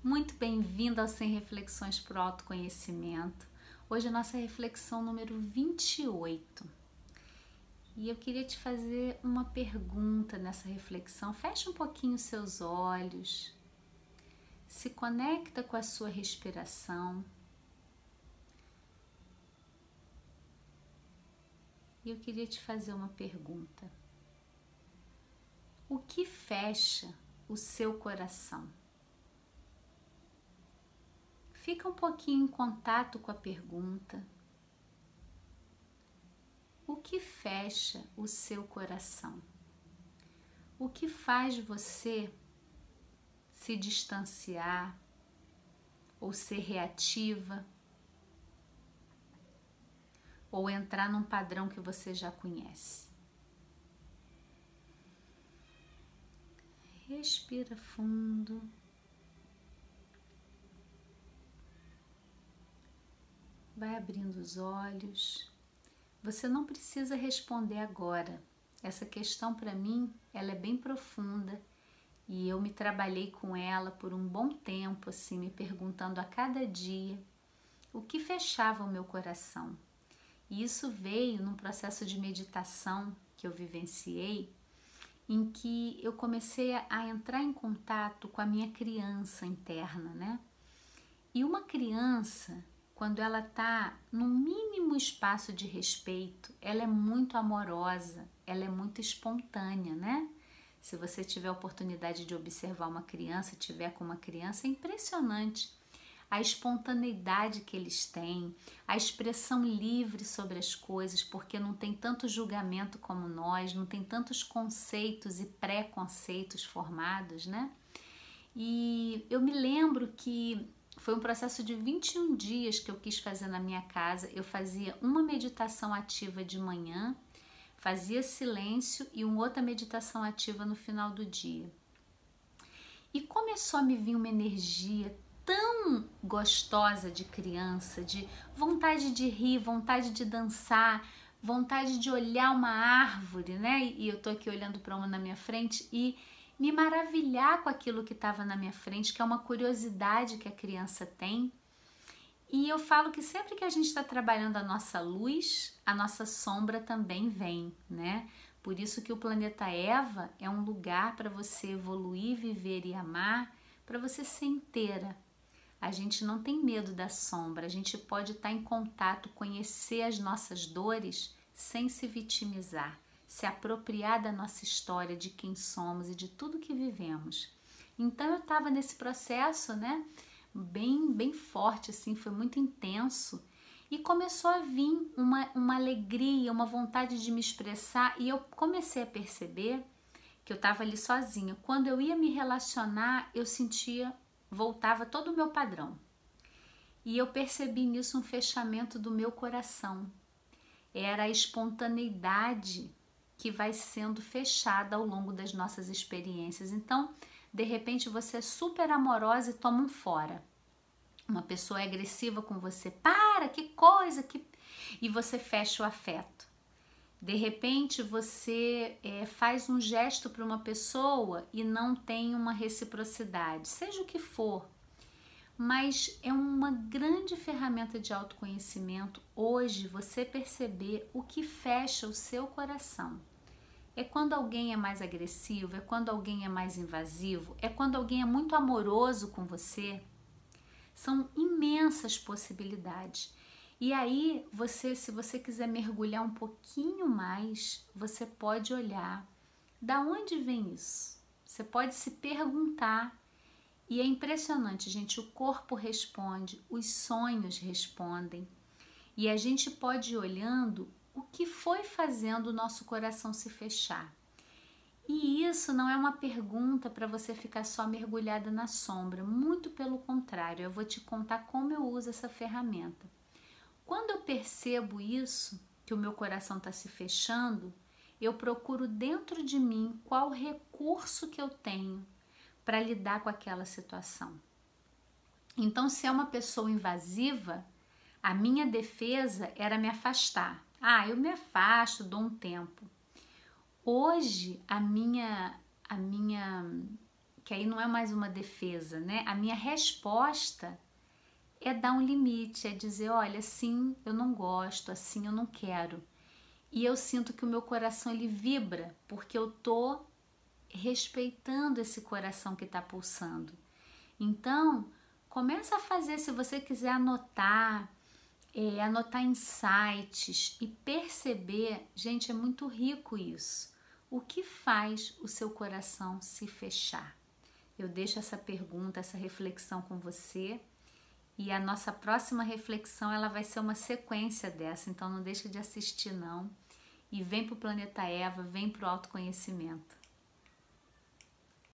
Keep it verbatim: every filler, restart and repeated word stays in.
Muito bem-vindo ao cem Reflexões para o Autoconhecimento. Hoje é a nossa reflexão número vinte e oito. E eu queria te fazer uma pergunta nessa reflexão. Feche um pouquinho os seus olhos, se conecta com a sua respiração. E eu queria te fazer uma pergunta. O que fecha o seu coração? Fica um pouquinho em contato com a pergunta. O que fecha o seu coração? O que faz você se distanciar ou ser reativa ou entrar num padrão que você já conhece? Respira fundo. Vai abrindo os olhos. Você não precisa responder agora. Essa questão para mim, ela é bem profunda e eu me trabalhei com ela por um bom tempo, assim, me perguntando a cada dia o que fechava o meu coração. E isso veio num processo de meditação que eu vivenciei, em que eu comecei a entrar em contato com a minha criança interna, né? E uma criança, quando ela está no mínimo espaço de respeito, ela é muito amorosa, ela é muito espontânea, né? Se você tiver a oportunidade de observar uma criança, tiver com uma criança, é impressionante a espontaneidade que eles têm, a expressão livre sobre as coisas, porque não tem tanto julgamento como nós, não tem tantos conceitos e preconceitos formados, né? E eu me lembro que foi um processo de vinte e um dias que eu quis fazer na minha casa. Eu fazia uma meditação ativa de manhã, fazia silêncio e uma outra meditação ativa no final do dia. E começou a me vir uma energia tão gostosa de criança, de vontade de rir, vontade de dançar, vontade de olhar uma árvore, né? E eu tô aqui olhando para uma na minha frente e me maravilhar com aquilo que estava na minha frente, que é uma curiosidade que a criança tem. E eu falo que sempre que a gente está trabalhando a nossa luz, a nossa sombra também vem, né? Por isso que o planeta Eva é um lugar para você evoluir, viver e amar, para você ser inteira. A gente não tem medo da sombra, a gente pode estar em contato, conhecer as nossas dores sem se vitimizar, se apropriar da nossa história, de quem somos e de tudo que vivemos. Então eu estava nesse processo, né, bem, bem forte, assim, foi muito intenso e começou a vir uma, uma alegria, uma vontade de me expressar e eu comecei a perceber que eu estava ali sozinha. Quando eu ia me relacionar, eu sentia, voltava todo o meu padrão. E eu percebi nisso um fechamento do meu coração. Era a espontaneidade que vai sendo fechada ao longo das nossas experiências. Então, de repente, você é super amorosa e toma um fora. Uma pessoa é agressiva com você, para, que coisa, que... e você fecha o afeto. De repente, você é, faz um gesto para uma pessoa e não tem uma reciprocidade, seja o que for. Mas é uma grande ferramenta de autoconhecimento hoje você perceber o que fecha o seu coração. É quando alguém é mais agressivo, é quando alguém é mais invasivo, é quando alguém é muito amoroso com você. São imensas possibilidades. E aí, você, se você quiser mergulhar um pouquinho mais, você pode olhar da onde vem isso. Você pode se perguntar. E é impressionante, gente, o corpo responde, os sonhos respondem. E a gente pode ir olhando o que foi fazendo o nosso coração se fechar. E isso não é uma pergunta para você ficar só mergulhada na sombra, muito pelo contrário, eu vou te contar como eu uso essa ferramenta. Quando eu percebo isso, que o meu coração está se fechando, eu procuro dentro de mim qual recurso que eu tenho para lidar com aquela situação. Então, se é uma pessoa invasiva, a minha defesa era me afastar. Ah, eu me afasto, dou um tempo. Hoje, a minha, a minha que aí não é mais uma defesa, né? A minha resposta é dar um limite, é dizer, olha, assim eu não gosto, assim eu não quero. E eu sinto que o meu coração ele vibra, porque eu tô respeitando esse coração que está pulsando. Então, começa a fazer, se você quiser anotar, é, anotar insights e perceber, gente, é muito rico isso. O que faz o seu coração se fechar? Eu deixo essa pergunta, essa reflexão com você. E a nossa próxima reflexão ela vai ser uma sequência dessa, então não deixa de assistir não. E vem para o Planeta Eva, vem para o autoconhecimento.